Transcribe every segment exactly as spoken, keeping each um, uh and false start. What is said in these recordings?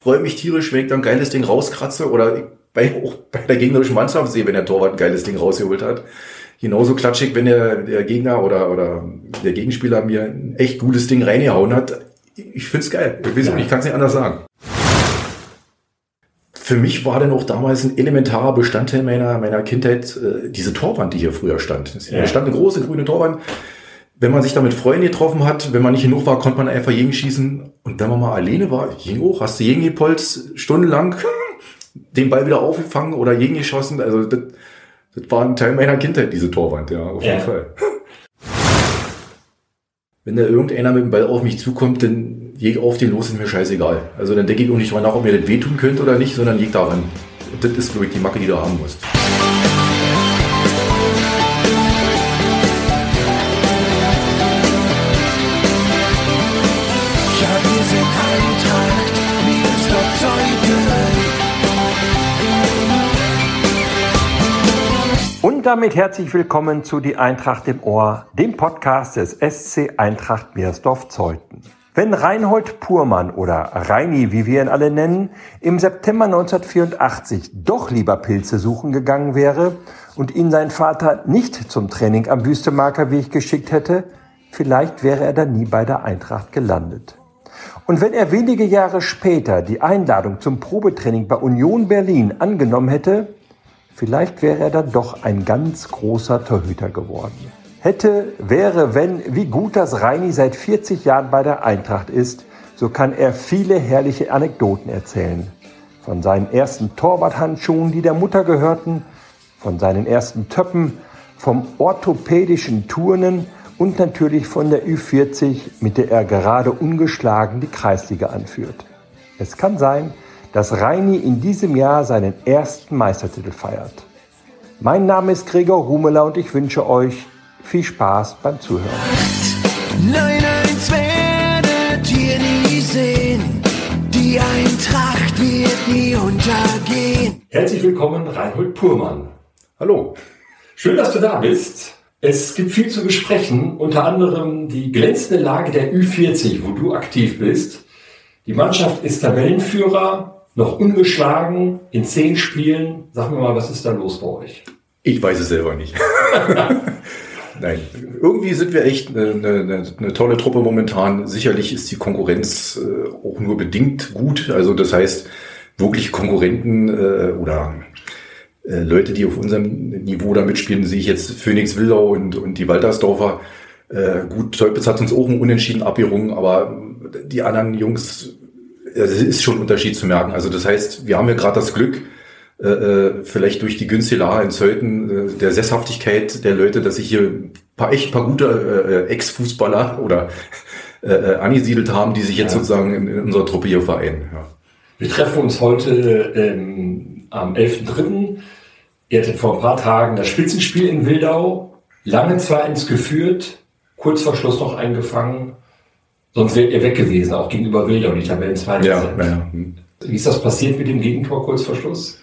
Freue mich tierisch, wenn ich dann ein geiles Ding rauskratze oder ich bei, auch bei der gegnerischen Mannschaft sehe, wenn der Torwart ein geiles Ding rausgeholt hat. Genauso klatschig, wenn der, der Gegner oder, oder der Gegenspieler mir ein echt gutes Ding reingehauen hat. Ich find's geil. Ich, ja. ich kann es nicht anders sagen. Für mich war dann auch damals ein elementarer Bestandteil meiner, meiner Kindheit äh, diese Torwand, die hier früher stand. Ja. Da stand eine große grüne Torwand. Wenn man sich da mit Freunden getroffen hat, wenn man nicht genug war, konnte man einfach jeden schießen. Und wenn man mal alleine war, jeden hoch, hast du jeden gepolzt, stundenlang den Ball wieder aufgefangen oder jeden geschossen. Also das, das war ein Teil meiner Kindheit, diese Torwand, ja, auf jeden ja. Fall. Wenn da irgendeiner mit dem Ball auf mich zukommt, dann jeg auf den los, ist mir scheißegal. Also dann denke ich auch nicht drüber nach, ob mir das wehtun könnte oder nicht, sondern jeg daran. Und das ist, glaube ich, die Macke, die du haben musst. Und damit herzlich willkommen zu Die Eintracht im Ohr, dem Podcast des S C Eintracht Meersdorf-Zeuthen. Wenn Reinhold Purmann oder Reini, wie wir ihn alle nennen, im September neunzehnhundertvierundachtzig doch lieber Pilze suchen gegangen wäre und ihn sein Vater nicht zum Training am Wüstemarker Weg geschickt hätte, vielleicht wäre er dann nie bei der Eintracht gelandet. Und wenn er wenige Jahre später die Einladung zum Probetraining bei Union Berlin angenommen hätte, vielleicht wäre er dann doch ein ganz großer Torhüter geworden. Hätte, wäre, wenn, wie gut das Reini seit vierzig Jahren bei der Eintracht ist, so kann er viele herrliche Anekdoten erzählen. Von seinen ersten Torwarthandschuhen, die der Mutter gehörten, von seinen ersten Töppen, vom orthopädischen Turnen und natürlich von der Ü vierzig, mit der er gerade ungeschlagen die Kreisliga anführt. Es kann sein, dass Reini in diesem Jahr seinen ersten Meistertitel feiert. Mein Name ist Gregor Rumeler und ich wünsche euch viel Spaß beim Zuhören. Nein, eins werdet ihr nie sehen, die Eintracht wird nie untergehen. Herzlich willkommen, Reinhold Purmann. Hallo. Schön, dass du da bist. Es gibt viel zu besprechen, unter anderem die glänzende Lage der Ü vierzig, wo du aktiv bist. Die Mannschaft ist Tabellenführer, noch ungeschlagen in zehn Spielen. Sag mir mal, was ist da los bei euch? Ich weiß es selber nicht. Nein, irgendwie sind wir echt eine, eine, eine tolle Truppe momentan. Sicherlich ist die Konkurrenz äh, auch nur bedingt gut. Also das heißt, wirklich Konkurrenten äh, oder äh, Leute, die auf unserem Niveau da mitspielen, sehe ich jetzt Phoenix Willau und, und die Waltersdorfer. Äh, gut, Teupitz hat uns auch ein Unentschieden abgerungen, aber die anderen Jungs, es ist schon ein Unterschied zu merken. Also das heißt, wir haben ja gerade das Glück, äh, vielleicht durch die günstige Lage in Zeuthen, äh, der Sesshaftigkeit der Leute, dass sich hier ein paar echt paar gute äh, Ex-Fußballer oder äh, angesiedelt haben, die sich jetzt ja. sozusagen in, in unserer Truppe hier vereinen. Ja. Wir treffen uns heute ähm, am elften dritten Ihr hattet vor ein paar Tagen das Spitzenspiel in Wildau, lange zwei eins geführt, kurz vor Schluss noch eingefangen. Sonst wärt ihr weg gewesen, auch gegenüber Wildau, die Tabellenzweite ja, sind. Ja. Wie ist das passiert mit dem Gegentor kurz vor Schluss?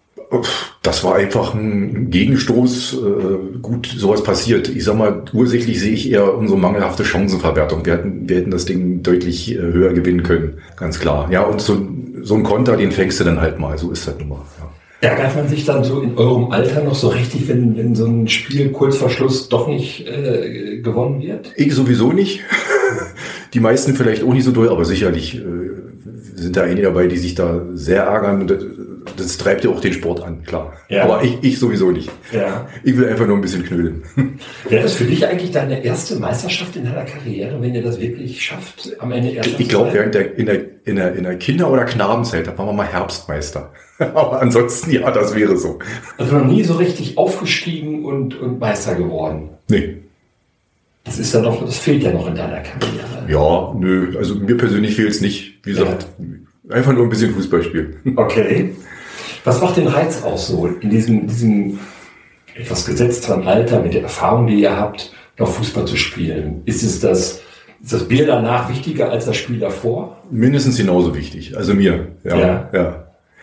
Das war einfach ein Gegenstoß. Gut, sowas passiert. Ich sag mal, ursächlich sehe ich eher unsere mangelhafte Chancenverwertung. Wir hätten, wir hätten das Ding deutlich höher gewinnen können, ganz klar. Ja, und so, so ein Konter, den fängst du dann halt mal. So ist das nun mal. Ja. Ärgert man sich dann so in eurem Alter noch so richtig, wenn, wenn so ein Spiel kurz vor Schluss doch nicht äh, gewonnen wird? Ich sowieso nicht. Die meisten vielleicht auch nicht so doll, aber sicherlich äh, sind da einige dabei, die sich da sehr ärgern. Das, das treibt ja auch den Sport an, klar. Ja. Aber ich, ich sowieso nicht. Ja. Ich will einfach nur ein bisschen knödeln. Wäre das für dich eigentlich deine erste Meisterschaft in deiner Karriere, wenn ihr das wirklich schafft, am Ende erst? Ich, ich glaube, während der in, der in der in der Kinder- oder Knabenzeit, da waren wir mal Herbstmeister. Aber ansonsten, ja, das wäre so. Also noch nie so richtig aufgestiegen und, und Meister geworden? Nee. Das ist ja noch, das fehlt ja noch in deiner Karriere. Ja, nö, also mir persönlich fehlt es nicht. Wie gesagt, ja. einfach nur ein bisschen Fußball spielen. Okay. Was macht den Reiz aus so, in diesem, diesem etwas gesetzteren Alter, mit der Erfahrung, die ihr habt, noch Fußball zu spielen? Ist es das, ist das Bier danach wichtiger als das Spiel davor? Mindestens genauso wichtig, also mir. Ja, ja. ja.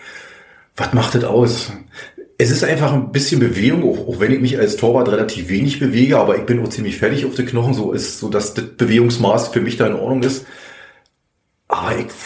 Was macht das aus? Es ist einfach ein bisschen Bewegung, auch, auch wenn ich mich als Torwart relativ wenig bewege, aber ich bin auch ziemlich fertig auf den Knochen, so ist, so dass das Bewegungsmaß für mich da in Ordnung ist. Aber ich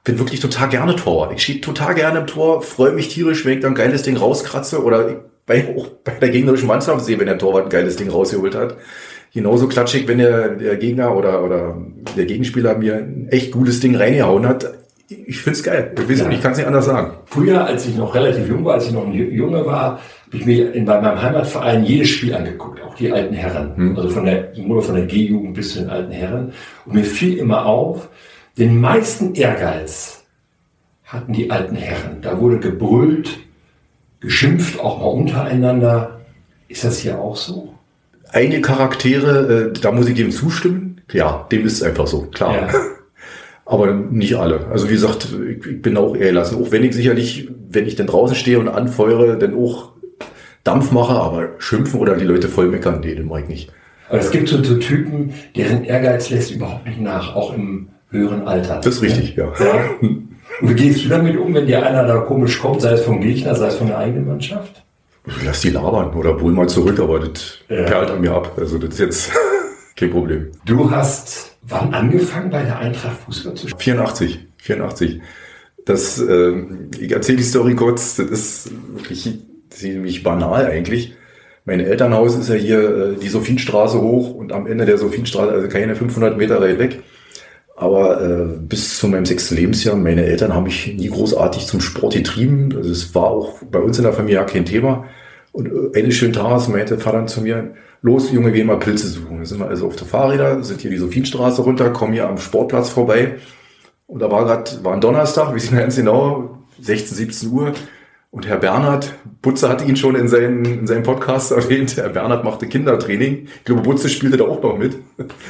bin wirklich total gerne Torwart. Ich stehe total gerne im Tor, freue mich tierisch, wenn ich dann ein geiles Ding rauskratze oder bei, auch bei der gegnerischen Mannschaft sehe, wenn der Torwart ein geiles Ding rausgeholt hat. Genauso klatschig, wenn der, der Gegner oder, oder der Gegenspieler mir ein echt gutes Ding reingehauen hat. Ich find's geil. Ich weiß ja. nicht, ich kann es nicht anders sagen. Früher, als ich noch relativ jung war, als ich noch ein Junge war, habe ich mir in, bei meinem Heimatverein jedes Spiel angeguckt, auch die alten Herren. Hm. Also von der, nur von der G-Jugend bis zu den alten Herren. Und mir fiel immer auf, den meisten Ehrgeiz hatten die alten Herren. Da wurde gebrüllt, geschimpft, auch mal untereinander. Ist das hier auch so? Einige Charaktere, äh, da muss ich dem zustimmen. Ja, dem ist es einfach so, klar. Ja. Aber nicht alle. Also wie gesagt, ich, ich bin auch eher gelassen. Auch wenn ich sicherlich, wenn ich dann draußen stehe und anfeuere, dann auch Dampf mache, aber schimpfen oder die Leute voll meckern, nee, den mag ich nicht. Aber es gibt so, so Typen, deren Ehrgeiz lässt überhaupt nicht nach, auch im höheren Alter. Das ist richtig, ja. ja. Und wie gehst du damit um, wenn dir einer da komisch kommt, sei es vom Gegner, sei es von der eigenen Mannschaft? Lass die labern oder hol mal zurück, aber das ja. perlt an mir ab. Also das ist jetzt kein Problem. Du hast wann angefangen bei der Eintracht Fußball zu spielen? vierundachtzig. vierundachtzig. Das, äh, ich erzähle die Story kurz, das ist wirklich ziemlich banal eigentlich. Mein Elternhaus ist ja hier äh, die Sophienstraße hoch und am Ende der Sophienstraße, also keine fünfhundert Meter weit weg. Aber äh, bis zu meinem sechsten Lebensjahr, meine Eltern haben mich nie großartig zum Sport getrieben. Also es war auch bei uns in der Familie ja kein Thema. Und äh, eines schönen Tages meinte Vater zu mir, los Junge, geh mal Pilze suchen. Da sind wir also auf der Fahrräder, sind hier die Sophienstraße runter, kommen hier am Sportplatz vorbei. Und da war gerade, war ein Donnerstag, wir sind ganz genau, sechzehn, siebzehn Uhr. Und Herr Bernhard, Butze hatte ihn schon in seinen, in seinem Podcast erwähnt, Herr Bernhard machte Kindertraining. Ich glaube, Butze spielte da auch noch mit.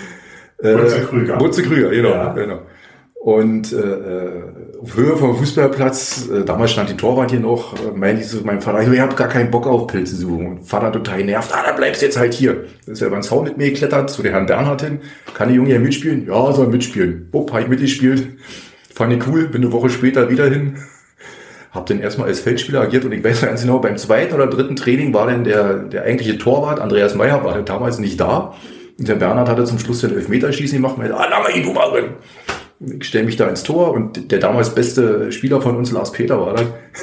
Butze Krüger. Butze Krüger, genau. Ja. genau. Und äh, auf Höhe vom Fußballplatz, äh, damals stand die Torwart hier noch, äh, meinte ich zu meinem Vater, ich habe gar keinen Bock auf Pilze suchen. Und Vater total nervt, ah, dann bleibst du jetzt halt hier. Dann ist er über den Zaun mit mir geklettert, zu der Herrn Bernhard hin. Kann der Junge ja mitspielen? Ja, soll mitspielen. Bupp, habe ich mitgespielt. Fand ich cool, bin eine Woche später wieder hin. Hab dann erstmal als Feldspieler agiert und ich weiß ganz genau, beim zweiten oder dritten Training war dann der, der eigentliche Torwart, Andreas Meyer, war damals nicht da. Und der Bernhard hatte zum Schluss den Elfmeterschießen gemacht und meinte, ah, lange du mal drin. Ich stelle mich da ins Tor und der damals beste Spieler von uns, Lars Peter, war da,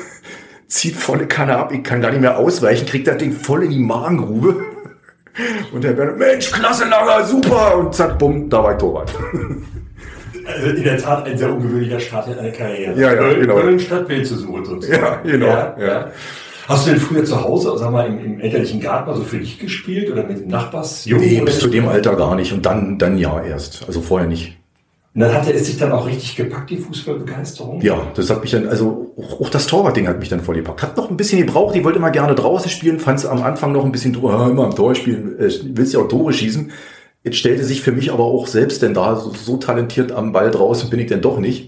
zieht volle Kanne ab, ich kann gar nicht mehr ausweichen, kriegt das Ding voll in die Magengrube. Und der Bernhard, Mensch, klasse, Langer, super. Und zack, bumm, da war ich Torwart. Also in der Tat ein sehr ungewöhnlicher Start in einer Karriere. Ja, ja, Köln, genau. Köln statt Bild zu suchen sozusagen. Ja, genau. Ja, ja. Hast du denn früher zu Hause, sag mal, im, im elterlichen Garten also für dich gespielt oder mit dem Nachbars? Nee, bis zu dem Alter gar nicht. Und dann, dann ja erst. Also vorher nicht. Und dann hatte es sich dann auch richtig gepackt, die Fußballbegeisterung? Ja, das hat mich dann, also auch, auch das Torwartding hat mich dann voll gepackt. Hat noch ein bisschen gebraucht, ich wollte immer gerne draußen spielen, fand es am Anfang noch ein bisschen, oh, immer am Tor spielen, äh, willst ja auch Tore schießen. Jetzt stellte sich für mich aber auch selbst denn da, so, so talentiert am Ball draußen bin ich denn doch nicht.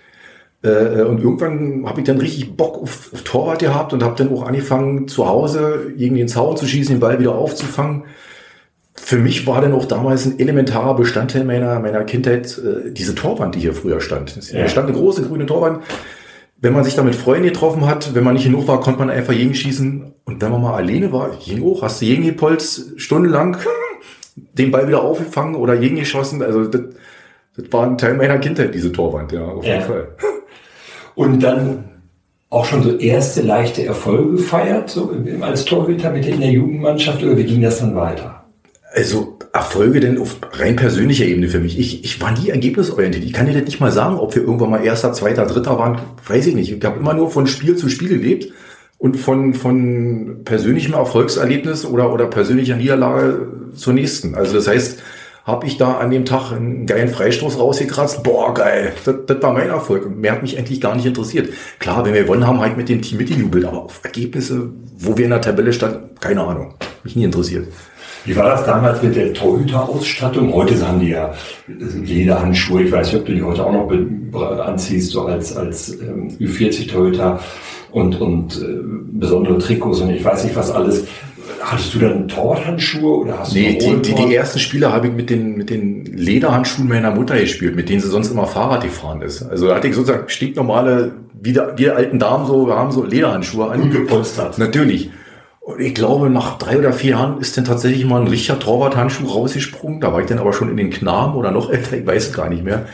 Äh, und irgendwann habe ich dann richtig Bock auf, auf Torwart gehabt und habe dann auch angefangen, zu Hause gegen den Zaun zu schießen, den Ball wieder aufzufangen. Für mich war dann auch damals ein elementarer Bestandteil meiner, meiner Kindheit äh, diese Torwand, die hier früher stand. Da ja. stand eine große grüne Torwand. Wenn man sich da mit Freunden getroffen hat, wenn man nicht genug war, konnte man einfach gegenschießen. Und wenn man mal alleine war, gegen hoch, hast du gegengepolzt, stundenlang den Ball wieder aufgefangen oder gegengeschossen. Also das, das war ein Teil meiner Kindheit, diese Torwand, ja, auf jeden ja. Fall. Und dann auch schon so erste leichte Erfolge gefeiert, so als Torhüter mit in der Jugendmannschaft, oder wie ging das dann weiter? Also Erfolge denn auf rein persönlicher Ebene für mich. Ich, ich war nie ergebnisorientiert. Ich kann dir das nicht mal sagen, ob wir irgendwann mal Erster, Zweiter, Dritter waren. Weiß ich nicht. Ich habe immer nur von Spiel zu Spiel gelebt und von von persönlichem Erfolgserlebnis oder oder persönlicher Niederlage zur nächsten. Also das heißt, habe ich da an dem Tag einen geilen Freistoß rausgekratzt. Boah, geil. Das, das war mein Erfolg. Und mehr hat mich eigentlich gar nicht interessiert. Klar, wenn wir gewonnen haben, habe ich mit dem Team mitgejubelt. Aber auf Ergebnisse, wo wir in der Tabelle standen, keine Ahnung. Mich nie interessiert. Wie war das damals mit der Torhüterausstattung? Heute haben die ja Lederhandschuhe. Ich weiß nicht, ob du die heute auch noch anziehst, so als, als ähm, Ü vierzig Torhüter und, und äh, besondere Trikots und ich weiß nicht was alles. Hattest du dann Torwarthandschuhe oder hast nee, du die, die, die ersten Spiele habe ich mit den, mit den Lederhandschuhen meiner Mutter gespielt, mit denen sie sonst immer Fahrrad gefahren ist. Also da hatte ich sozusagen stinknormale, wie die, wie die alten Damen so, wir haben so Lederhandschuhe an. Ungepolstert. Natürlich. Und ich glaube, nach drei oder vier Jahren ist dann tatsächlich mal ein richtiger Torwarthandschuh rausgesprungen. Da war ich dann aber schon in den Knaben oder noch älter, ich weiß es gar nicht mehr.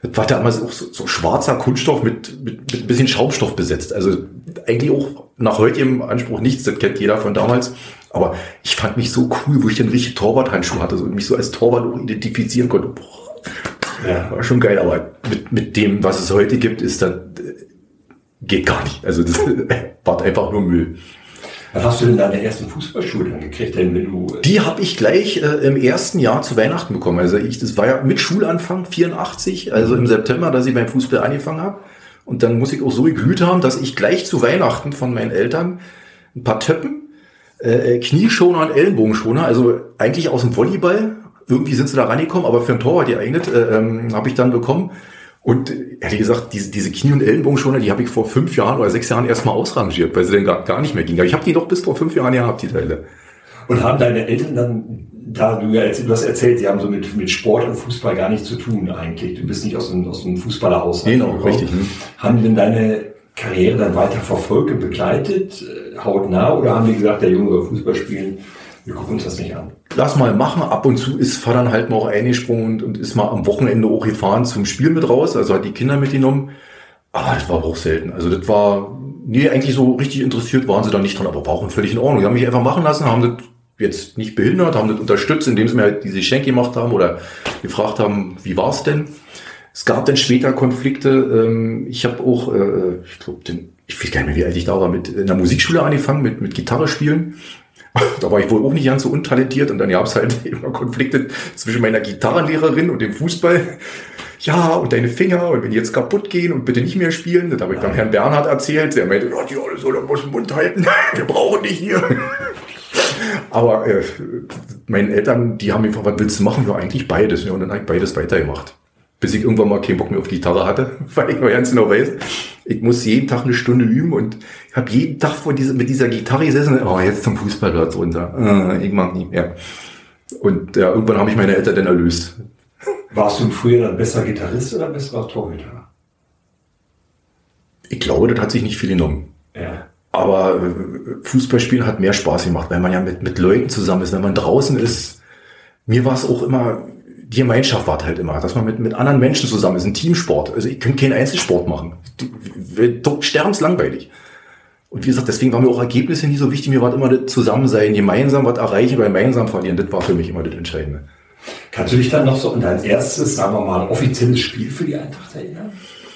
Das war damals auch so, so schwarzer Kunststoff mit, mit, mit ein bisschen Schaumstoff besetzt. Also eigentlich auch nach heutigem Anspruch nichts, das kennt jeder von damals. Aber ich fand mich so cool, wo ich den richtigen Torwarthandschuh hatte und mich so als Torwart auch identifizieren konnte. Boah, ja. War schon geil, aber mit, mit dem, was es heute gibt, ist das, geht gar nicht. Also das war einfach nur Müll. Wann hast du denn deine ersten Fußballschuhe dann gekriegt? Denn wenn du Die habe ich gleich äh, im ersten Jahr zu Weihnachten bekommen. Also ich, das war ja mit Schulanfang vierundachtzig, also im September, dass ich beim Fußball angefangen habe. Und dann muss ich auch so geglüht haben, dass ich gleich zu Weihnachten von meinen Eltern ein paar Töppen, äh, Knieschoner und Ellenbogenschoner, also eigentlich aus dem Volleyball, irgendwie sind sie da rangekommen, aber für einen Torwart geeignet, äh, ähm, habe ich dann bekommen. Und ehrlich gesagt, diese, diese Knie- und Ellenbogenschoner, die habe ich vor fünf Jahren oder sechs Jahren erstmal ausrangiert, weil sie dann gar, gar nicht mehr ging. Aber ich habe die doch bis vor fünf Jahren gehabt, die Teile. Und haben deine Eltern dann, da du ja du hast erzählt, sie haben so mit, mit Sport und Fußball gar nichts zu tun eigentlich. Du bist nicht aus einem, aus einem Fußballerhaushalt. Genau, richtig. Hm. Haben denn deine Karriere dann weiter verfolgt und begleitet, hautnah, oder haben die gesagt, der Junge soll Fußball spielen? Wir gucken uns das nicht an. Lass mal machen. Ab und zu ist Vater halt mal auch eingesprungen und, und ist mal am Wochenende auch gefahren zum Spiel mit raus. Also hat die Kinder mitgenommen. Aber das war auch selten. Also das war, nee, eigentlich so richtig interessiert waren sie da nicht dran, aber war auch völlig in Ordnung. Die haben mich einfach machen lassen, haben das jetzt nicht behindert, haben das unterstützt, indem sie mir halt diese Geschenke gemacht haben oder gefragt haben, wie war's denn? Es gab dann später Konflikte. Ich habe auch, ich glaube, ich weiß gar nicht mehr, wie alt ich da war, mit in der Musikschule angefangen, mit, mit Gitarre spielen. Da war ich wohl auch nicht ganz so untalentiert und dann gab es halt immer Konflikte zwischen meiner Gitarrenlehrerin und dem Fußball. Ja, und deine Finger und wenn die jetzt kaputt gehen und bitte nicht mehr spielen. Das habe ich beim Herrn Bernhard erzählt. Der meinte, ja, die alle so lange aus dem Mund halten. Wir brauchen dich hier. Aber äh, meine Eltern, die haben mir gefragt, was willst du machen? Ja, eigentlich beides. Ja, und dann habe ich beides weitergemacht. Bis ich irgendwann mal keinen Bock mehr auf Gitarre hatte, weil ich noch ganz genau weiß, ich muss jeden Tag eine Stunde üben und ich habe jeden Tag vor diese, mit dieser Gitarre gesessen und oh, jetzt zum Fußballplatz runter. Äh, ich mag nicht mehr. Und ja, irgendwann habe ich meine Eltern dann erlöst. Warst du früher dann besser Gitarrist oder besserer Torhüter? Ich glaube, das hat sich nicht viel genommen. Ja. Aber äh, Fußballspielen hat mehr Spaß gemacht, weil man ja mit, mit Leuten zusammen ist, wenn man draußen ist. Mir war es auch immer, die Gemeinschaft war halt immer, dass man mit, mit anderen Menschen zusammen ist, ein Teamsport. Also ich könnte keinen Einzelsport machen. Wir sterben langweilig. Und wie gesagt, deswegen waren mir auch Ergebnisse nie so wichtig. Mir war immer das Zusammensein, gemeinsam was erreichen, weil gemeinsam verlieren, das war für mich immer das Entscheidende. Kannst du dich dann noch so an dein erstes, sagen wir mal, offizielles Spiel für die Eintracht erinnern?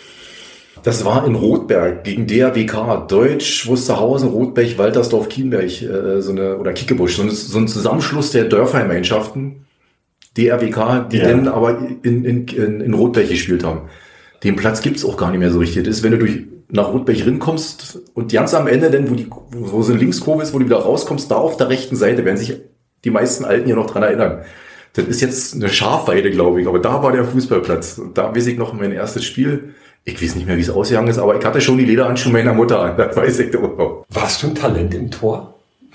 Das war in Rotberg gegen D R W K, Deutsch, Wusterhausen, Rotberg, Waltersdorf, Kienberg, äh, so eine, oder Kickebusch, so, eine, so ein Zusammenschluss der Dörfergemeinschaften, D R W K, die ja. dann aber in, in, in, in Rotberg gespielt haben. Den Platz gibt's auch gar nicht mehr so richtig. Das ist, wenn du durch, nach Rotberg rinkommst und ganz am Ende, dann, wo die, wo so eine Linkskurve ist, wo du wieder rauskommst, da auf der rechten Seite, werden sich die meisten Alten hier noch dran erinnern. Das ist jetzt eine Schafweide, glaube ich, aber da war der Fußballplatz. Und da weiß ich noch mein erstes Spiel. Ich weiß nicht mehr, wie es ausgegangen ist, aber ich hatte schon die Lederhandschuhe meiner Mutter an. Das weiß ich doch noch. Warst du ein Talent im Tor?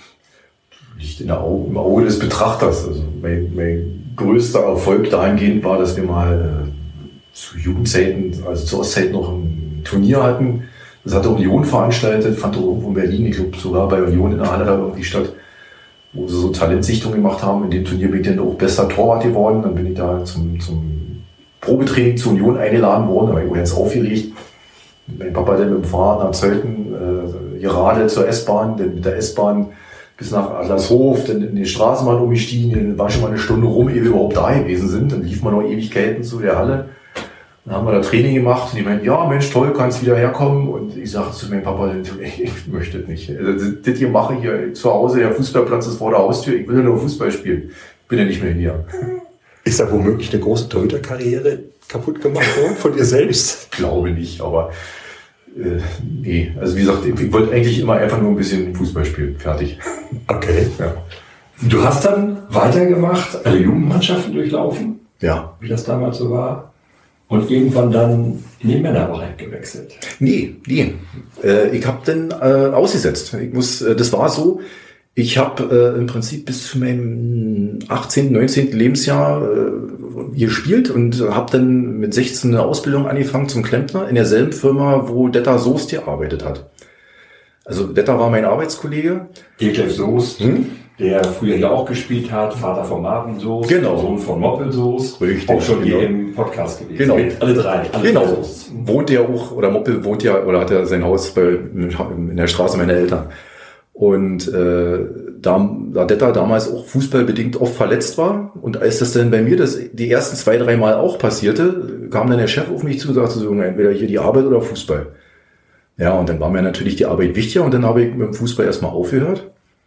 Nicht in der Auge, im Auge des Betrachters. Also mein, mein größter Erfolg dahingehend war, dass wir mal äh, zu Jugendzeiten, also zur Ostzeit noch ein Turnier hatten. Das hatte Union veranstaltet, fand doch irgendwo in Berlin, ich glaube sogar bei Union in der Halle da irgendwie statt, wo sie so Talentsichtungen gemacht haben. In dem Turnier bin ich dann auch bester Torwart geworden. Dann bin ich da zum, zum Probetraining zur Union eingeladen worden, da war ich auch ganz aufgeregt. Mein Papa dann mit dem Fahrrad nach Zeuthen äh, geradelt zur S-Bahn, dann mit der S-Bahn bis nach Adlershof, dann in die Straßenbahn umgestiegen, dann war schon mal eine Stunde rum, ehe wir überhaupt da gewesen sind. Dann lief man noch Ewigkeiten zu der Halle. Dann haben wir da Training gemacht und die meinten, ja Mensch, toll, kannst wieder herkommen. Und ich sagte zu meinem Papa, ich möchte das nicht. Also, das hier mache ich hier zu Hause, der Fußballplatz ist vor der Haustür, ich will ja nur Fußball spielen. Ich bin ja nicht mehr hier. Ist da womöglich eine große Torhüter-Karriere kaputt gemacht worden von dir selbst? Ich glaube nicht, aber äh, nee. Also wie gesagt, ich wollte eigentlich immer einfach nur ein bisschen Fußball spielen. Fertig. Okay. Ja. Du hast dann weitergemacht, alle Jugendmannschaften durchlaufen? Ja. Wie das damals so war? Und irgendwann dann in den Männerbereich gewechselt? Nee, nee. Äh, ich habe dann äh, ausgesetzt. Ich muss, äh, das war so, ich habe äh, im Prinzip bis zu meinem achtzehnten, neunzehnten Lebensjahr äh, gespielt und habe dann mit sechzehn eine Ausbildung angefangen zum Klempner in derselben Firma, wo Detta Soest gearbeitet hat. Also Detta war mein Arbeitskollege. Detlef Soest. Hm? der früher hier auch gespielt hat, Vater von Marvin Soos, genau. Sohn von Moppel Soos, richtig, auch schon genau. hier im Podcast gewesen. Genau. Mit alle drei. Alle genau. drei wohnt der auch, oder Moppel wohnt ja, oder hat er sein Haus bei, in der Straße meiner Eltern. Und äh, da, da Detta damals auch fußballbedingt oft verletzt war und als das dann bei mir das die ersten zwei, drei Mal auch passierte, kam dann der Chef auf mich zu und sagte so, entweder hier die Arbeit oder Fußball. Ja, und dann war mir natürlich die Arbeit wichtiger und dann habe ich mit dem Fußball erstmal aufgehört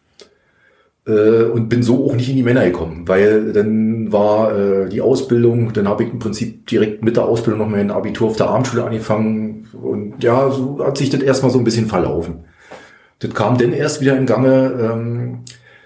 äh, und bin so auch nicht in die Männer gekommen, weil dann war äh, die Ausbildung, dann habe ich im Prinzip direkt mit der Ausbildung noch mein Abitur auf der Abendschule angefangen und ja, so hat sich das erstmal so ein bisschen verlaufen. Das kam dann erst wieder in Gange, ähm,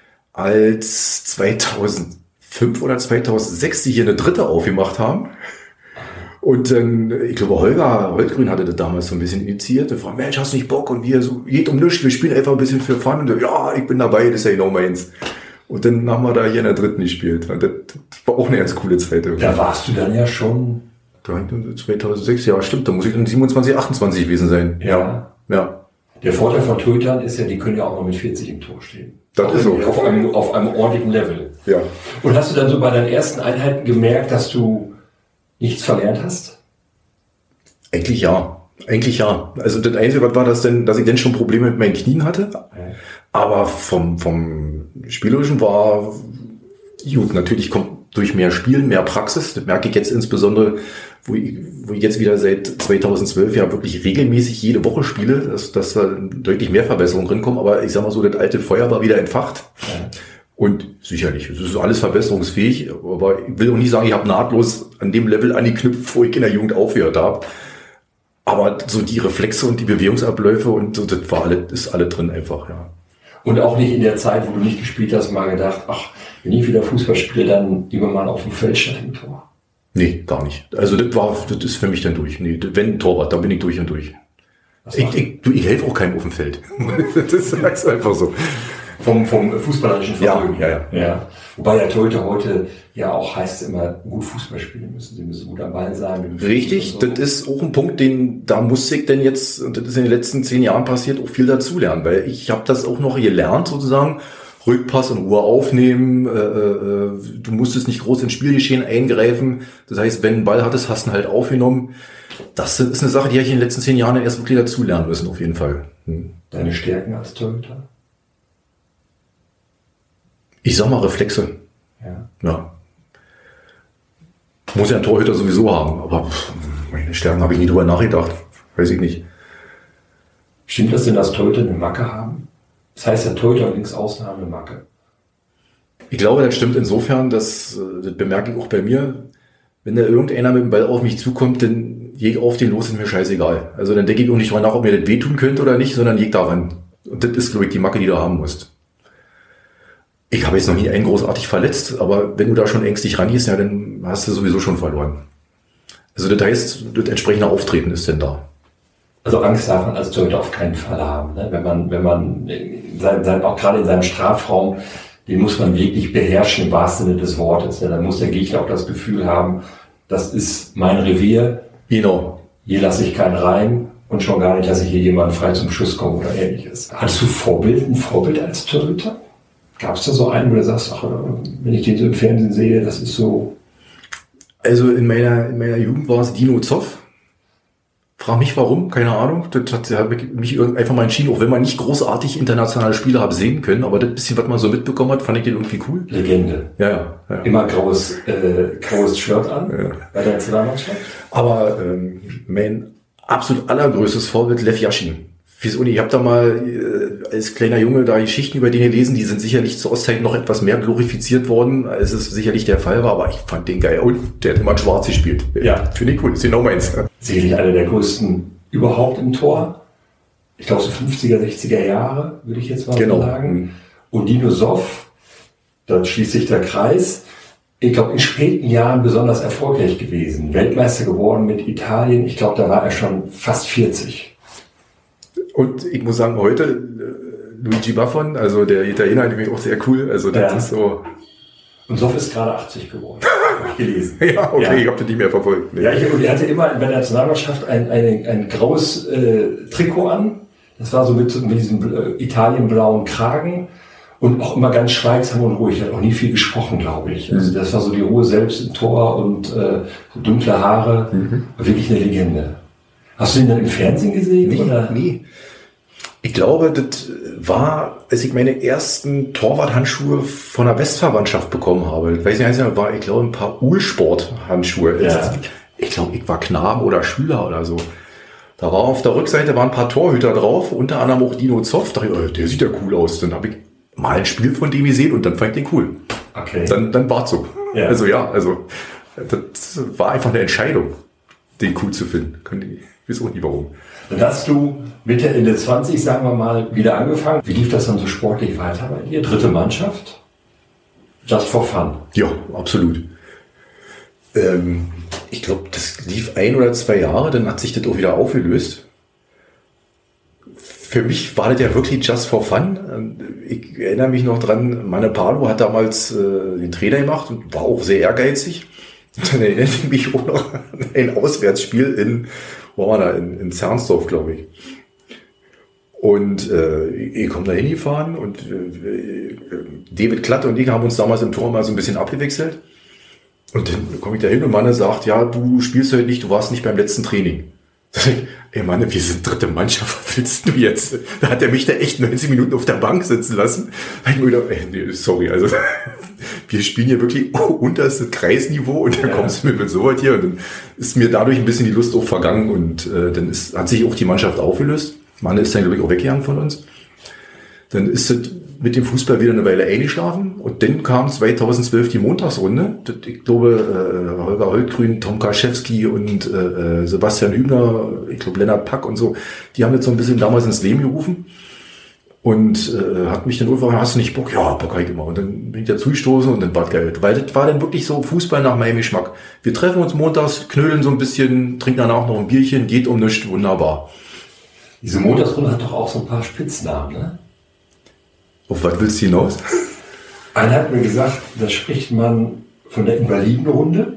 als zweitausendfünf oder zweitausendsechs die hier eine dritte aufgemacht haben. Und dann, ich glaube, Holger Holtgrün hatte das damals so ein bisschen initiiert. Und fragte, Mensch, hast du nicht Bock? Und wir so, geht um nichts, wir spielen einfach ein bisschen für Fun. Und so, ja, ich bin dabei, das ist ja genau meins. Und dann haben wir da hier in der dritten gespielt. Und das, das war auch eine ganz coole Zeit. Irgendwie. Da warst du dann ja schon... zweitausendsechs, ja, stimmt, da muss ich dann siebenundzwanzig, achtundzwanzig gewesen sein. Ja. Ja. Der Vorteil von Torhütern ist ja, die können ja auch noch mit vierzig im Tor stehen. Das auch ist so. Auf einem, auf einem ordentlichen Level. Ja. Und hast du dann so bei deinen ersten Einheiten gemerkt, dass du nichts verlernt hast? Eigentlich ja. Eigentlich ja. Also das Einzige, was war das denn, dass ich denn schon Probleme mit meinen Knien hatte. Ja. Aber vom, vom Spielerischen war gut, natürlich kommt durch mehr Spielen, mehr Praxis. Das merke ich jetzt insbesondere, wo ich, wo ich jetzt wieder seit zweitausendzwölf ja wirklich regelmäßig jede Woche spiele, dass, dass da deutlich mehr Verbesserungen drinkommen. Aber ich sag mal so, das alte Feuer war wieder entfacht. Ja. Und sicherlich, es ist alles verbesserungsfähig. Aber ich will auch nicht sagen, ich habe nahtlos an dem Level angeknüpft, wo ich in der Jugend aufgehört habe. Aber so die Reflexe und die Bewegungsabläufe und so, das war alles, ist alles drin einfach, ja. Und auch nicht in der Zeit, wo du nicht gespielt hast, mal gedacht, ach, wenn ich wieder Fußball spiele, dann lieber mal auf dem Feld statt im Tor. Nee, gar nicht. Also das war, das ist für mich dann durch. Nee, wenn ein Torwart, dann bin ich durch und durch. Ich, ich, ich helfe auch keinem auf dem Feld. Das ist einfach so. Vom, vom fußballerischen Vermögen. Ja, ja, ja. ja. Wobei der Torhüter heute ja auch heißt immer, gut Fußball spielen müssen. Sie müssen gut am Ball sein. Richtig, so. Das ist auch ein Punkt, den da muss ich denn jetzt, und das ist in den letzten zehn Jahren passiert, auch viel dazulernen. Weil ich habe das auch noch gelernt, sozusagen, Rückpass in Ruhe aufnehmen, äh, äh, du musstest nicht groß ins Spielgeschehen eingreifen. Das heißt, wenn du einen Ball hattest, hast du ihn halt aufgenommen. Das ist eine Sache, die habe ich in den letzten zehn Jahren erst wirklich dazulernen müssen, auf jeden Fall. Hm. Deine Stärken als Torhüter? Ich sag mal Reflexe. Ja. Ja. Muss ja ein Torhüter sowieso haben, aber pff, meine Stärken habe ich nie drüber nachgedacht. Weiß ich nicht. Stimmt das denn, dass Torhüter eine Macke haben? Das heißt, der Torhüter und Linksaußen haben eine Macke. Ich glaube, das stimmt insofern, dass, das bemerke ich auch bei mir, wenn da irgendeiner mit dem Ball auf mich zukommt, dann jeg auf den los, ist mir scheißegal. Also dann denke ich auch nicht drüber nach, ob mir das wehtun könnte oder nicht, sondern jeg daran. Und das ist, glaube ich, die Macke, die du haben musst. Ich habe jetzt noch nie einen großartig verletzt, aber wenn du da schon ängstlich rangehst, ja, dann hast du sowieso schon verloren. Also das heißt, das entsprechende Auftreten ist denn da. Also Angst darf man als Torhüter auf keinen Fall haben. Ne? Wenn man, wenn man sein, sein, auch gerade in seinem Strafraum, den muss man wirklich beherrschen im wahrsten Sinne des Wortes. Ne? Dann muss der Gegner auch das Gefühl haben, das ist mein Revier. Genau. Hier lasse ich keinen rein und schon gar nicht lasse ich hier jemanden frei zum Schuss kommen oder ähnliches. Hattest du Vorbild, ein Vorbild als Torhüter? Gab es da so einen, wo du sagst, ach, wenn ich den so im Fernsehen sehe, das ist so... Also in meiner, in meiner Jugend war es Dino Zoff. Frag mich warum, keine Ahnung. Das hat, hat mich einfach mal entschieden, auch wenn man nicht großartig internationale Spiele habe sehen können, aber das bisschen, was man so mitbekommen hat, fand ich den irgendwie cool. Legende. Ja, ja. ja. Immer graues, äh, graues Shirt an, ja. Bei der Nationalmannschaft. Aber ähm, mein absolut allergrößtes Vorbild, Lev Yashin. Wieso nicht? Ich habe da mal äh, als kleiner Junge da Geschichten über den gelesen, die sind sicherlich zur Ostzeit noch etwas mehr glorifiziert worden, als es sicherlich der Fall war, aber ich fand den geil. Und der hat immer schwarz gespielt. Ja. Finde ich cool, ist genau meins. Sicherlich einer der größten überhaupt im Tor. Ich glaube so fünfziger, sechziger Jahre, würde ich jetzt mal genau. so sagen. Und Dino Zoff, dann schließt sich der Kreis. Ich glaube, in späten Jahren besonders erfolgreich gewesen. Weltmeister geworden mit Italien. Ich glaube, da war er schon fast vierzig. Und ich muss sagen, heute äh, Luigi Buffon, also der Italiener, den finde ich auch sehr cool. Also das ja. ist so. Und Zoff ist gerade achtzig geworden, habe ich gelesen. Ja, okay, ja. Ich habe das nicht mehr verfolgt. Nee. Ja, ich, und er hatte immer bei der Nationalmannschaft ein, ein, ein graues äh, Trikot an. Das war so mit, mit diesem äh, italienblauen Kragen. Und auch immer ganz schweigsam und ruhig. Er hat auch nie viel gesprochen, glaube ich. Also das war so die Ruhe selbst im Tor und äh, so dunkle Haare. Mhm. Wirklich eine Legende. Hast du ihn dann im Fernsehen gesehen? Nee, oder? nee. Ich glaube, das war, als ich meine ersten Torwarthandschuhe von der Westverwandtschaft bekommen habe. Ich weiß nicht, das war, ich glaube, ein paar Uhlsport-Handschuhe. Ja. Ich glaube, ich war Knabe oder Schüler oder so. Da war auf der Rückseite waren ein paar Torhüter drauf, unter anderem auch Dino Zoff. Da dachte ich, oh, der sieht ja cool aus. Dann habe ich mal ein Spiel von dem gesehen und dann fand ich den cool. Okay. Dann, dann war es so. Ja. Also ja, also das war einfach eine Entscheidung, den cool zu finden. Ich weiß auch nie warum. Dann hast du Mitte, Ende zwanzig, sagen wir mal, wieder angefangen. Wie lief das dann so sportlich weiter bei dir? Dritte Mannschaft? Just for fun? Ja, absolut. Ähm, ich glaube, das lief ein oder zwei Jahre, dann hat sich das auch wieder aufgelöst. Für mich war das ja wirklich just for fun. Ich erinnere mich noch dran, Manne Palo hat damals äh, den Trainer gemacht und war auch sehr ehrgeizig. Dann erinnere ich mich auch noch an ein Auswärtsspiel in, wo war da, in, in Zernsdorf, glaube ich. Und äh, ich komme da hingefahren und äh, David Klatt und ich haben uns damals im Tor mal so ein bisschen abgewechselt. Und dann komme ich da hin und Manne sagt, ja, du spielst heute nicht, du warst nicht beim letzten Training. Ey Manne, wir sind dritte Mannschaft, was willst du jetzt? Da hat er mich da echt neunzig Minuten auf der Bank sitzen lassen. Da hab ich mir gedacht, ey, nee, sorry, also wir spielen hier wirklich unterstes Kreisniveau und dann ja. kommst du mir mit so weit hier. Und dann ist mir dadurch ein bisschen die Lust auch vergangen und äh, dann ist, hat sich auch die Mannschaft aufgelöst. Manne ist dann, glaube ich, auch weggegangen von uns. Dann ist es mit dem Fußball wieder eine Weile eingeschlafen und dann kam zweitausendzwölf die Montagsrunde. Ich glaube, äh, Holger Holtgrün, Tom Karschewski und äh, Sebastian Hübner, ich glaube Lennart Pack und so, die haben jetzt so ein bisschen damals ins Leben gerufen und äh, hat mich dann irgendwann, hast du nicht Bock? Ja, Bock habe ich immer. Und dann bin ich dazu gestoßen und dann war es geil. Weil das war dann wirklich so Fußball nach meinem Geschmack. Wir treffen uns montags, knödeln so ein bisschen, trinken danach noch ein Bierchen, geht um nichts, wunderbar. Diese Montagsrunde hat doch auch so ein paar Spitznamen, ne? Auf was willst du hinaus? Einer hat mir gesagt, da spricht man von der Invalidenrunde.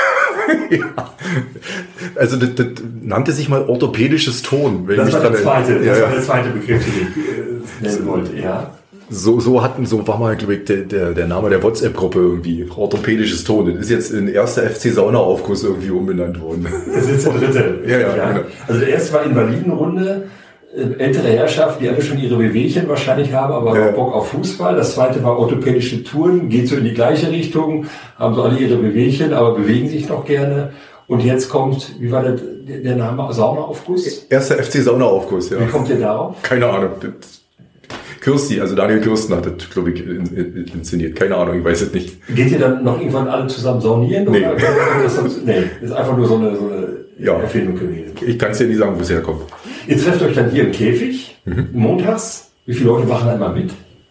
Ja. Also das, das nannte sich mal orthopädisches Ton. Wenn Das, ich war, mich der zweite, ja, das ja. war der zweite Begriff, den ich äh, nennen wollte. Ja. So, so hatten, so war mal, glaube ich, der, der, der Name der WhatsApp-Gruppe irgendwie. Orthopädisches Ton. Das ist jetzt in erster F C Saunaaufguss irgendwie umbenannt worden. Das ist jetzt der dritte. Ja, ja, ja. Genau. Also der erste war Invalidenrunde. Ältere Herrschaft, die alle schon ihre Wehwehchen wahrscheinlich haben, aber ja. Bock auf Fußball. Das zweite war orthopädische Touren, geht so in die gleiche Richtung, haben so alle ihre Wehwehchen, aber bewegen sich noch gerne. Und jetzt kommt, wie war der, der Name? Saunaaufguss? Erster F C Saunaaufguss, ja. Wie kommt ihr darauf? Keine Ahnung. Kürsti, also Daniel Kürsten hat das, glaube ich, inszeniert. Keine Ahnung, ich weiß es nicht. Geht ihr dann noch irgendwann alle zusammen saunieren? Nee. Oder? Das nee, ist einfach nur so eine, so eine ja. Erfindung gewesen. Ich kann es dir nicht sagen, wo es herkommt. Ihr trefft euch dann hier im Käfig, mhm. montags. Wie viele Leute machen einmal mit?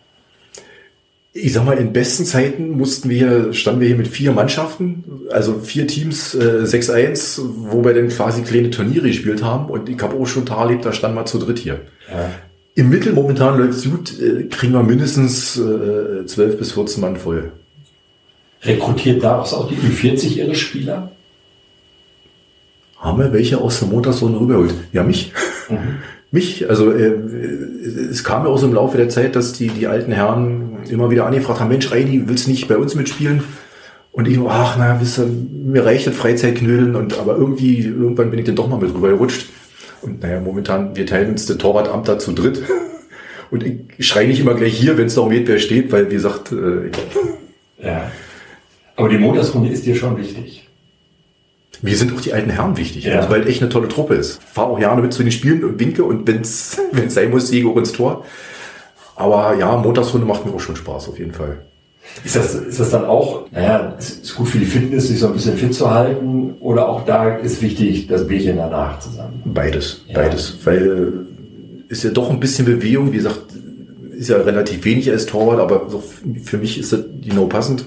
Ich sag mal, in besten Zeiten mussten wir, standen wir hier mit vier Mannschaften, also vier Teams, äh, sechs eins, wo wir dann quasi kleine Turniere gespielt haben. Und ich habe auch schon Tage erlebt, da standen wir zu dritt hier. Ja. Im Mittel momentan läuft es gut, äh, kriegen wir mindestens äh, zwölf bis vierzehn Mann voll. Rekrutiert daraus auch die Ü vierzig ihre Spieler? Haben wir welche aus der Montagsrunde rübergeholt? Ja, mich. Mhm. Mich, also äh, es kam ja auch so im Laufe der Zeit, dass die, die alten Herren immer wieder angefragt haben, Mensch, Reini, willst du nicht bei uns mitspielen? Und ich, ach, naja, wisst ihr, mir reicht das Freizeitknödeln, und aber irgendwie, irgendwann bin ich dann doch mal mit rübergerutscht. Und naja, momentan, wir teilen uns das Torwartamt da zu dritt. Und ich schreie nicht immer gleich hier, wenn es darum geht, wer steht, weil, wie gesagt, äh, ja. Aber die Montagsrunde ist dir schon wichtig. Mir sind auch die alten Herren wichtig, ja. also, weil echt eine tolle Truppe ist. Fahr auch gerne mit zu den Spielen und winke, und wenn es sein muss, siege auch ins Tor. Aber ja, Montagsrunde macht mir auch schon Spaß, auf jeden Fall. Ist das, ist das dann auch, naja, ist gut für die Fitness, sich so ein bisschen fit zu halten, oder auch da ist wichtig, das Bierchen danach zusammen? Beides, ja. beides, weil ist ja doch ein bisschen Bewegung, wie gesagt, ist ja relativ wenig als Torwart, aber so für mich ist das genau passend.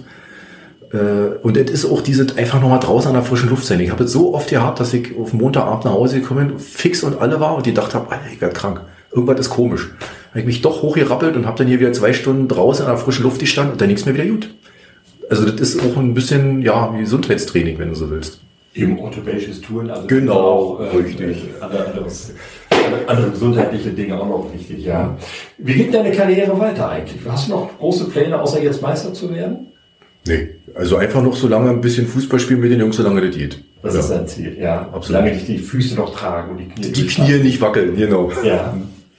Und es ist auch dieses einfach nochmal draußen an der frischen Luft sein. Ich habe es so oft gehabt, dass ich auf Montagabend nach Hause gekommen bin, fix und alle war und die dachte habe, ich werde krank. Irgendwas ist komisch. Dann habe ich mich doch hochgerappelt und habe dann hier wieder zwei Stunden draußen an der frischen Luft gestanden und dann ging es mir wieder gut. Also das ist auch ein bisschen, ja, wie Gesundheitstraining, wenn du so willst. Eben orthopädisches Touren, also genau, auch, äh, richtig. Äh, anderes. andere gesundheitliche Dinge auch noch wichtig, ja. Wie geht deine Karriere weiter eigentlich? Hast du noch große Pläne, außer jetzt Meister zu werden? Nee, also einfach noch so lange ein bisschen Fußball spielen mit den Jungs, solange das geht. Das ja. ist dein Ziel, ja. Absolut. Solange dich die Füße noch tragen und die Knie Die Knie nicht wackeln, genau. Ja.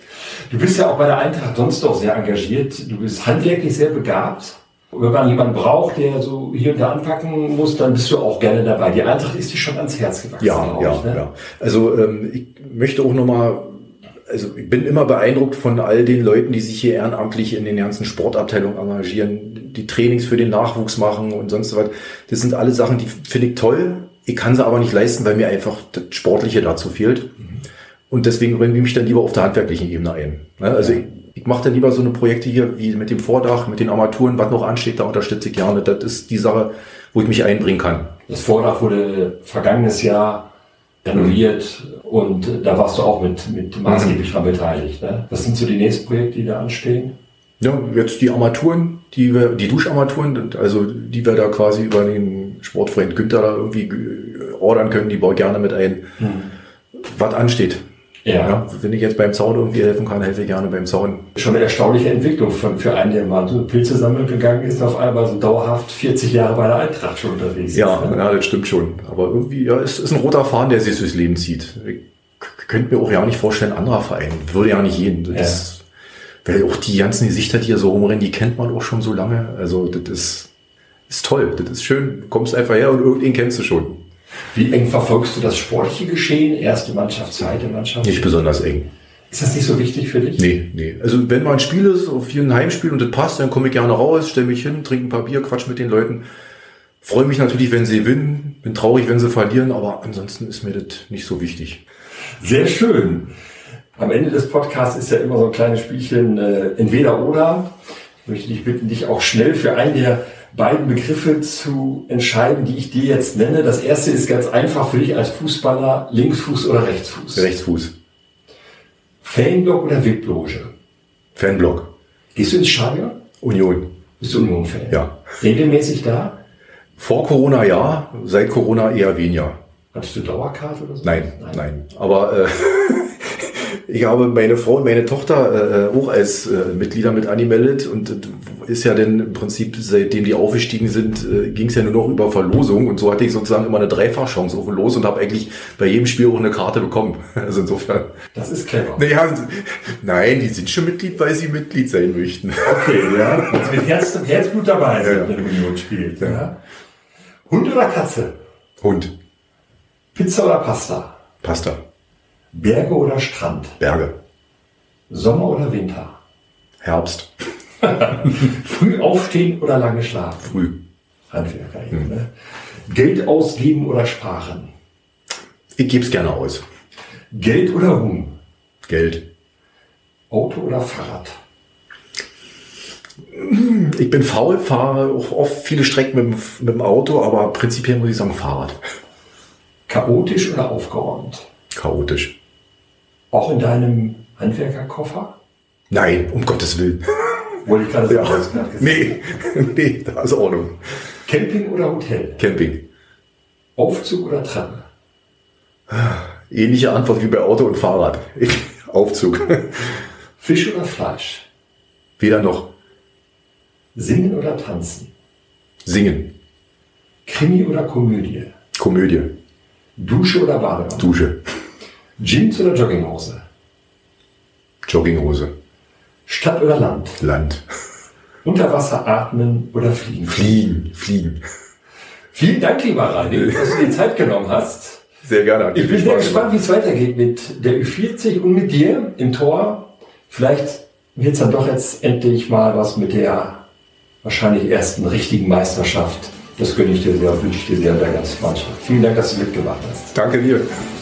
Du bist ja auch bei der Eintracht sonst auch sehr engagiert. Du bist handwerklich sehr begabt. Wenn man jemanden braucht, der so hier und da anpacken muss, dann bist du auch gerne dabei. Die Eintracht ist dir schon ans Herz gewachsen. Ja, ja, ich, ne? ja. Also ähm, ich möchte auch nochmal, also ich bin immer beeindruckt von all den Leuten, die sich hier ehrenamtlich in den ganzen Sportabteilungen engagieren, die Trainings für den Nachwuchs machen und sonst was. Das sind alle Sachen, die finde ich toll. Ich kann sie aber nicht leisten, weil mir einfach das Sportliche dazu fehlt. Mhm. Und deswegen bringe ich mich dann lieber auf der handwerklichen Ebene ein. Also ich, ich mache dann lieber so eine Projekte hier wie mit dem Vordach, mit den Armaturen, was noch ansteht, da unterstütze ich gerne. Das ist die Sache, wo ich mich einbringen kann. Das Vordach wurde vergangenes Jahr renoviert mhm. und da warst du auch mit, mit maßgeblich daran beteiligt. Ne? Was sind so die nächsten Projekte, die da anstehen? Ja, jetzt die Armaturen, die wir, die Duscharmaturen, also die wir da quasi über den Sportfreund Günther da irgendwie ordern können, die baue ich gerne mit ein. Mhm. Was ansteht. Ja. ja. Wenn ich jetzt beim Zaun irgendwie helfen kann, helfe ich gerne beim Zaun. Schon eine erstaunliche Entwicklung von, für einen, der mal so Pilze sammeln gegangen ist, auf einmal so dauerhaft vierzig Jahre bei der Eintracht schon unterwegs ja, ist. Ne? Ja, das stimmt schon. Aber irgendwie, ja, es ist ein roter Faden, der sich durchs Leben zieht. Ich könnte mir auch ja nicht vorstellen, ein anderer Verein. Würde ja nicht jeden. Das ja. Weil auch die ganzen Gesichter, die hier so rumrennen, die kennt man auch schon so lange. Also, das ist, ist toll. Das ist schön. Du kommst einfach her und irgendwen kennst du schon. Wie eng verfolgst du das sportliche Geschehen? Erste Mannschaft, zweite Mannschaft? Nicht besonders eng. Ist das nicht so wichtig für dich? Nee, nee. Also wenn mal ein Spiel ist, auf hier ein Heimspiel und das passt, dann komme ich gerne raus, stelle mich hin, trinke ein paar Bier, quatsch mit den Leuten. Freue mich natürlich, wenn sie gewinnen, bin traurig, wenn sie verlieren, aber ansonsten ist mir das nicht so wichtig. Sehr schön. Am Ende des Podcasts ist ja immer so ein kleines Spielchen äh, entweder oder. Ich möchte dich bitten, dich auch schnell für einen der beiden Begriffe zu entscheiden, die ich dir jetzt nenne. Das erste ist ganz einfach für dich als Fußballer, Linksfuß oder Rechtsfuß? Rechtsfuß. Fanblock oder V I P-Loge? Fanblock. Gehst du ins Stadion? Union. Bist du Union-Fan? Ja. Regelmäßig da? Vor Corona ja, seit Corona eher weniger. Hattest du Dauerkarte oder so? Nein, nein. nein. Aber äh, ich habe meine Frau und meine Tochter äh, auch als äh, Mitglieder mit angemeldet und äh, ist ja dann im Prinzip, seitdem die aufgestiegen sind, äh, ging es ja nur noch über Verlosung und so hatte ich sozusagen immer eine Dreifachchance auf ein Los und habe eigentlich bei jedem Spiel auch eine Karte bekommen. Also insofern. Das ist clever. Naja, nein, die sind schon Mitglied, weil sie Mitglied sein möchten. Okay, ja. Also mit Herz, Herzblut dabei sind, ja, ja. wenn Union spielt. Ja. Ja. Hund oder Katze? Hund. Pizza oder Pasta? Pasta. Berge oder Strand? Berge. Sommer oder Winter? Herbst. Früh aufstehen oder lange schlafen? Früh. Handwerker eben, hm. ne? Geld ausgeben oder sparen? Ich gebe es gerne aus. Geld oder Ruhm? Geld. Auto oder Fahrrad? Ich bin faul, fahre auch oft viele Strecken mit, mit dem Auto, aber prinzipiell muss ich sagen Fahrrad. Chaotisch oder aufgeräumt? Chaotisch. Auch in deinem Handwerkerkoffer? Nein, um Gottes Willen. Wollte ich gerade ja. sagen. Nee, nee, da ist Ordnung. Camping oder Hotel? Camping. Aufzug oder Treppe? Ähnliche Antwort wie bei Auto und Fahrrad. Aufzug. Fisch oder Fleisch? Weder noch. Singen oder tanzen? Singen. Krimi oder Komödie? Komödie. Dusche oder Badewanne? Dusche. Jeans oder Jogginghose? Jogginghose. Stadt oder Land? Land. Unter Wasser atmen oder fliegen? Fliegen, fliegen. Vielen Dank, lieber Reini, dass du dir Zeit genommen hast. Sehr gerne. Ich bin sehr gespannt, wie es weitergeht mit der Ü vierzig und mit dir im Tor. Vielleicht wird es dann doch jetzt endlich mal was mit der wahrscheinlich ersten richtigen Meisterschaft. Das gönne ich dir sehr, wünsche ich dir sehr und der ganzen Mannschaft. Vielen Dank, dass du mitgemacht hast. Danke dir.